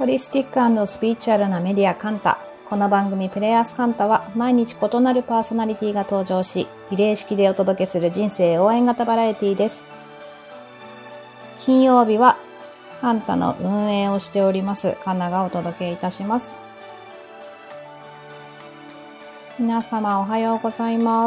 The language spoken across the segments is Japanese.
ホリスティック&スピリチュアルなメディアカンタ。この番組プレイヤースカンタは毎日異なるパーソナリティが登場し、リレー式でお届けする人生応援型バラエティです。金曜日はカンタの運営をしておりますカナがお届けいたします。皆様おはようございます。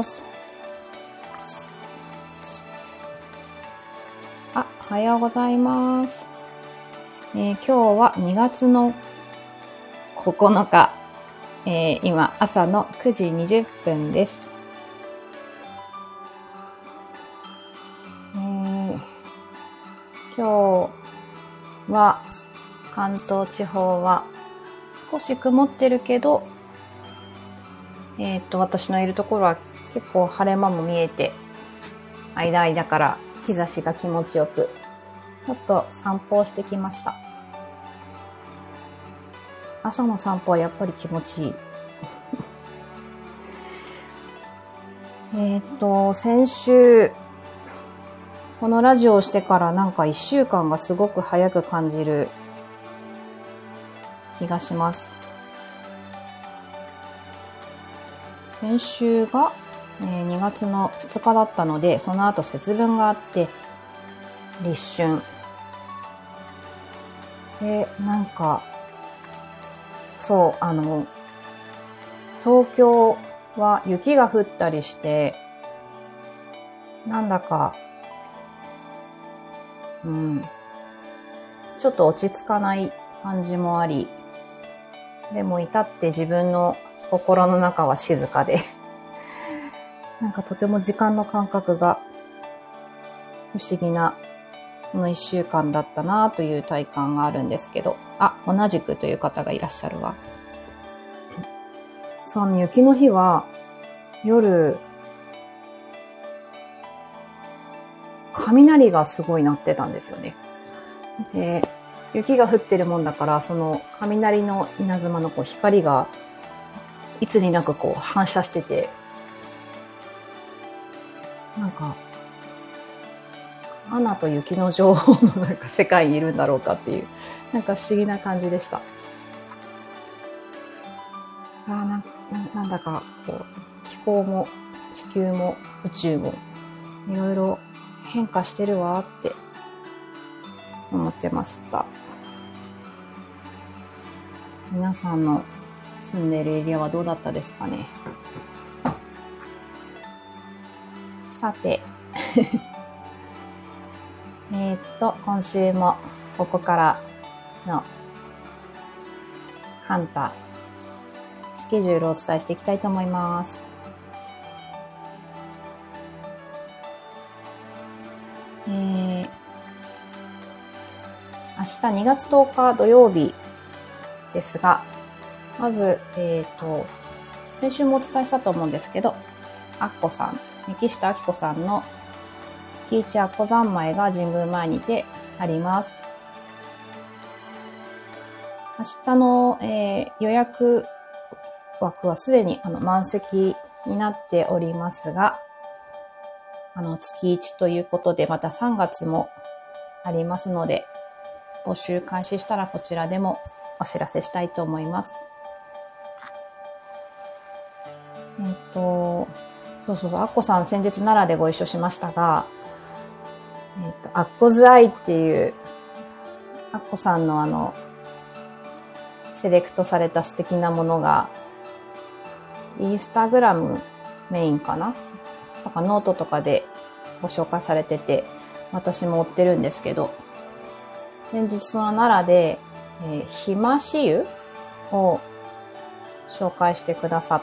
おはようございます。今日は2月の9日、今朝の9時20分です。今日は関東地方は少し曇ってるけど、私のいるところは結構晴れ間も見えて、間から日差しが気持ちよく、ちょっと散歩をしてきました。朝の散歩はやっぱり気持ちいい。先週、このラジオをしてからなんか1週間がすごく早く感じる気がします。先週が、2月の2日だったので、その後節分があって、立春。で、なんか、そう、東京は雪が降ったりして、なんだか、ちょっと落ち着かない感じもあり、でも至って自分の心の中は静かで、なんかとても時間の感覚が不思議なこの1週間だったなという体感があるんですけど、同じくという方がいらっしゃるわ。そう、雪の日は夜、雷がすごい鳴ってたんですよね。で、雪が降ってるもんだから、その雷の稲妻の光がいつになく反射してて、なんか、アナと雪の女王のなんか世界にいるんだろうかっていう、なんか不思議な感じでした。なんだか気候も地球も宇宙もいろいろ変化してるわって思ってました。皆さんの住んでいるエリアはどうだったですかね。さて今週もここからのカンタスケジュールをお伝えしていきたいと思います。明日2月10日土曜日ですが、まず、先週もお伝えしたと思うんですけど、アッコさん、幹下明子さんの月一アッコ三昧が神宮前にてあります。明日の、予約枠はすでに満席になっておりますが、月1ということでまた3月もありますので、募集開始したらこちらでもお知らせしたいと思います。そう、アッコさん先日奈良でご一緒しましたが、アッコズアイっていう、アッコさんのセレクトされた素敵なものが、インスタグラムメインかなとかノートとかでご紹介されてて、私も追ってるんですけど、先日その奈良で、ひまし油を紹介してくださって、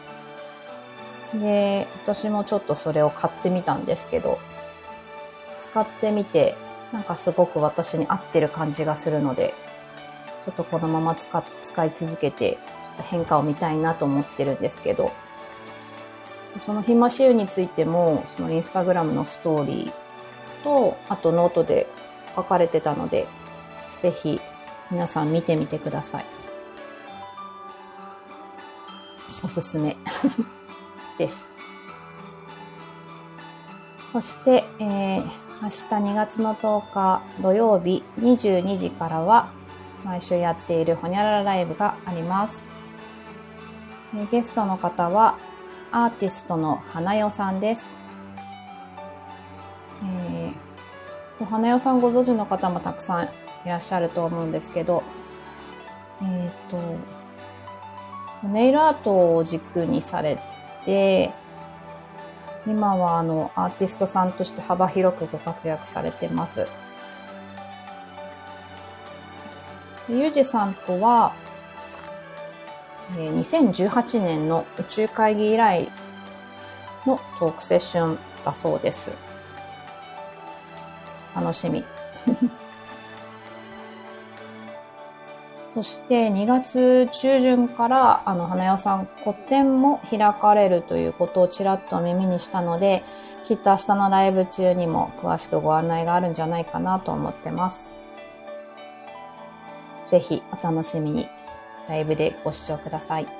で、私もちょっとそれを買ってみたんですけど、使ってみて、なんかすごく私に合ってる感じがするので、ちょっとこのまま使い続けて、ちょっと変化を見たいなと思ってるんですけど、そのひまし油についても、そのインスタグラムのストーリーと、あとノートで書かれてたので、ぜひ皆さん見てみてください。おすすめです。そして、明日2月の10日土曜日22時からは、 毎週やっているホニャララライブがあります。ゲストの方はアーティストの花代さんです。花代さんご存知の方もたくさんいらっしゃると思うんですけど、ネイルアートを軸にされて、今はアーティストさんとして幅広くご活躍されてます。ゆうじさんとは、2018年の宇宙会議以来のトークセッションだそうです。楽しみ。そして2月中旬から花代さん個展も開かれるということをちらっと耳にしたので、きっと明日のライブ中にも詳しくご案内があるんじゃないかなと思ってます。ぜひお楽しみにライブでご視聴ください。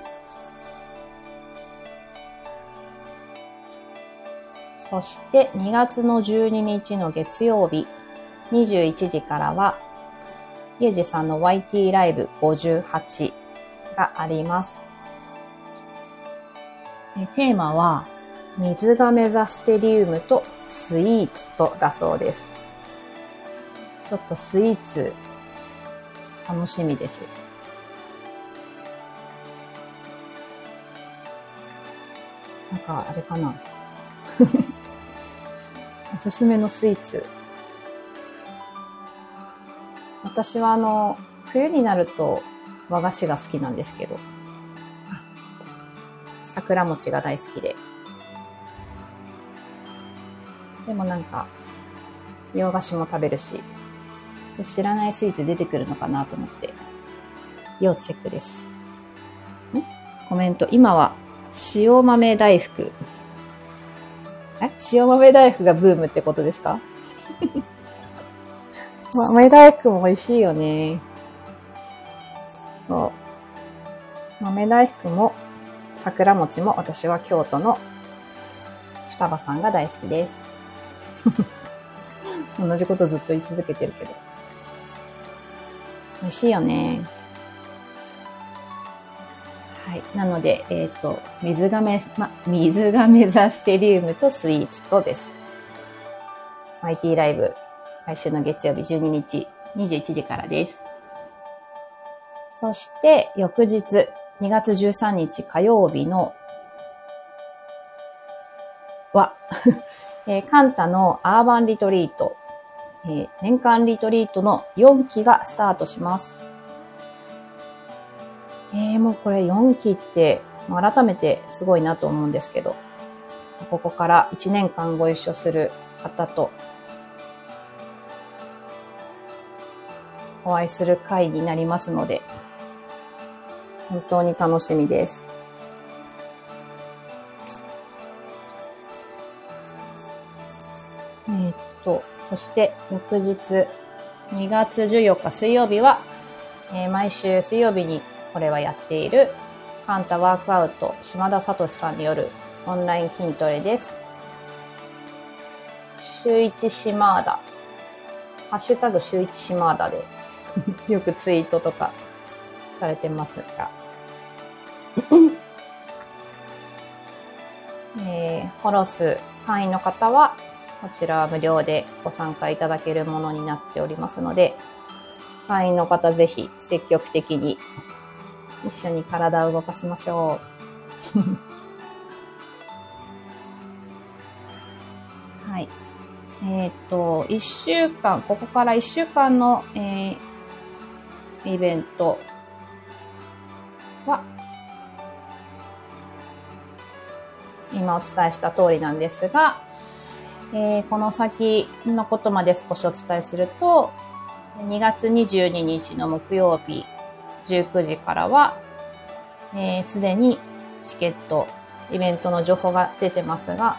そして2月の12日の月曜日21時からはゆうじさんの YT ライブ58があります。テーマは水亀座ステリウムとスイーツとだそうです。ちょっとスイーツ楽しみです。なんかあれかなおすすめのスイーツ。私は冬になると和菓子が好きなんですけど、桜餅が大好きで。でもなんか、洋菓子も食べるし、知らないスイーツ出てくるのかなと思って、要チェックです。コメント、今は塩豆大福。塩豆大福がブームってことですか？豆大福も美味しいよね。そう。豆大福も桜餅も私は京都の双葉さんが大好きです。同じことずっと言い続けてるけど。美味しいよね。はい。なので、水亀座ステリウムとスイーツとです。YT ライブ、来週の月曜日12日21時からです。そして、翌日、2月13日火曜日のは、カンタのアーバンリトリート、年間リトリートの4期がスタートします。もうこれ4期って改めてすごいなと思うんですけど、ここから1年間ご一緒する方とお会いする会になりますので、本当に楽しみです。そして翌日2月14日水曜日は、毎週水曜日にこれはやっているカンタワークアウト島田聡さんによるオンライン筋トレです。週一島田、ハッシュタグ週一島田でよくツイートとかされてますが、ホロス会員の方はこちらは無料でご参加いただけるものになっておりますので、会員の方ぜひ積極的に一緒に体を動かしましょう。はい。1週間、ここから1週間の、イベントは、今お伝えした通りなんですが、この先のことまで少しお伝えすると、2月22日の木曜日19時からは、すでにチケット、イベントの情報が出てますが、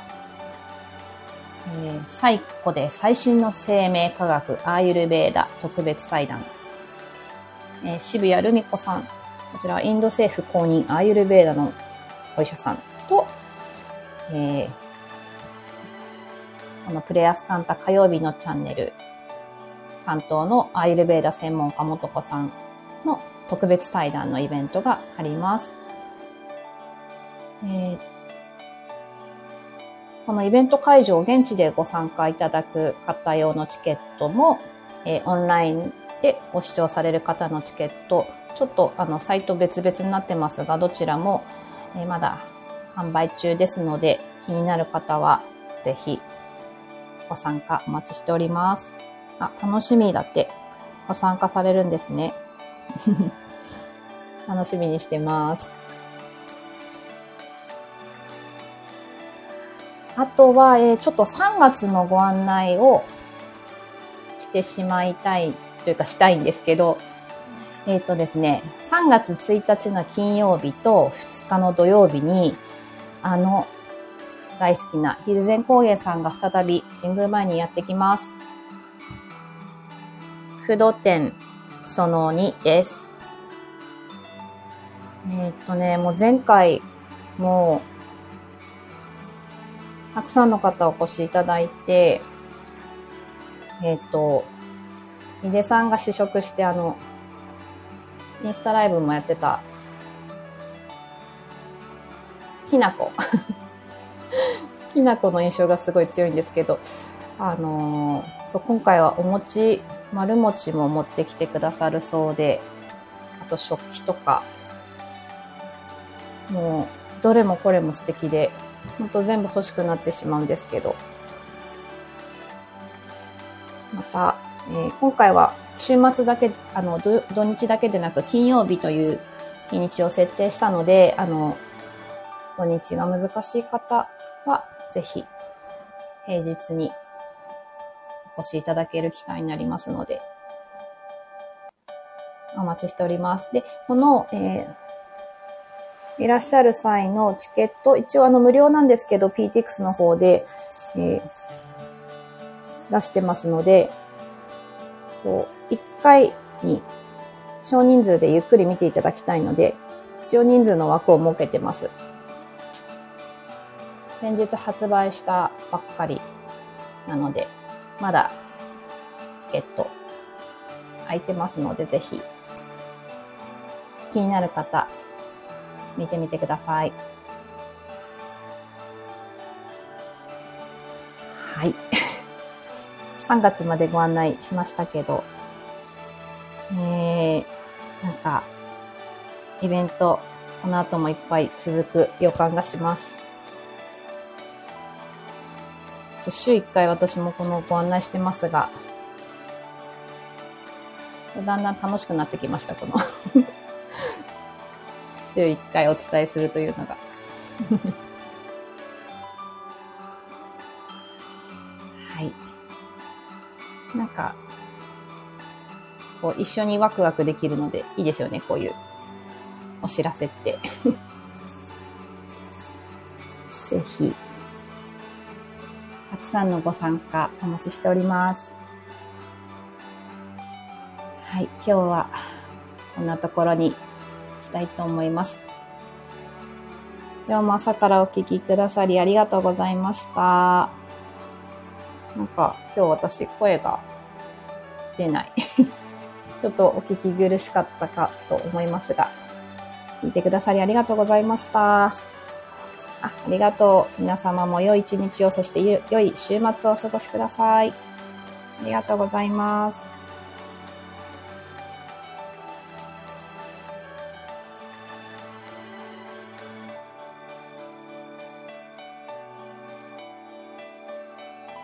最古で最新の生命科学アーユルベーダ特別対談、渋谷ルミ子さん、こちらはインド政府公認アーユルベーダのお医者さんと、このプレアスカンタ火曜日のチャンネル担当のアーユルヴェーダ専門家元子さんの特別対談のイベントがあります。このイベント会場、現地でご参加いただく方用のチケットも、オンラインでご視聴される方のチケット、ちょっとサイト別々になってますが、どちらも、まだ販売中ですので、気になる方はぜひご参加お待ちしております。あ、楽しみだってご参加されるんですね。楽しみにしてます。あとは、ちょっと3月のご案内をしてしまいたいというかしたいんですけど、ですね、3月1日の金曜日と2日の土曜日に、大好きな蒜山高原さんが再び神宮前にやってきます。不動店その2です。もう前回もたくさんの方お越しいただいて、井出さんが試食してインスタライブもやってた、きなこ。きなこの印象がすごい強いんですけど、そう、今回はお餅、丸餅も持ってきてくださるそうで、あと食器とか、もう、どれもこれも素敵で、ほんと全部欲しくなってしまうんですけど、また、今回は週末だけ、土日だけでなく金曜日という日にちを設定したので、土日が難しい方は、ぜひ、平日にお越しいただける機会になりますので、お待ちしております。で、この、いらっしゃる際のチケット、一応無料なんですけど、PTX の方で、出してますので、1回に少人数でゆっくり見ていただきたいので、一応人数の枠を設けてます。先日発売したばっかりなので、まだチケット空いてますので、ぜひ気になる方、見てみてください。はい。3月までご案内しましたけど、なんか、イベント、この後もいっぱい続く予感がします。週1回私もこのご案内してますが、だんだん楽しくなってきました、この。週1回お伝えするというのが。はい。なんか、こう一緒にワクワクできるのでいいですよね、こういうお知らせって。ぜひ、たくさんのご参加お待ちしております。はい、今日はこんなところにしたいと思います。今日も朝からお聞きくださりありがとうございました。なんか今日私声が出ない。ちょっとお聞き苦しかったかと思いますが、聞いてくださりありがとうございました。ありがとう。皆様も良い一日を、そして良い週末をお過ごしください。ありがとうございます。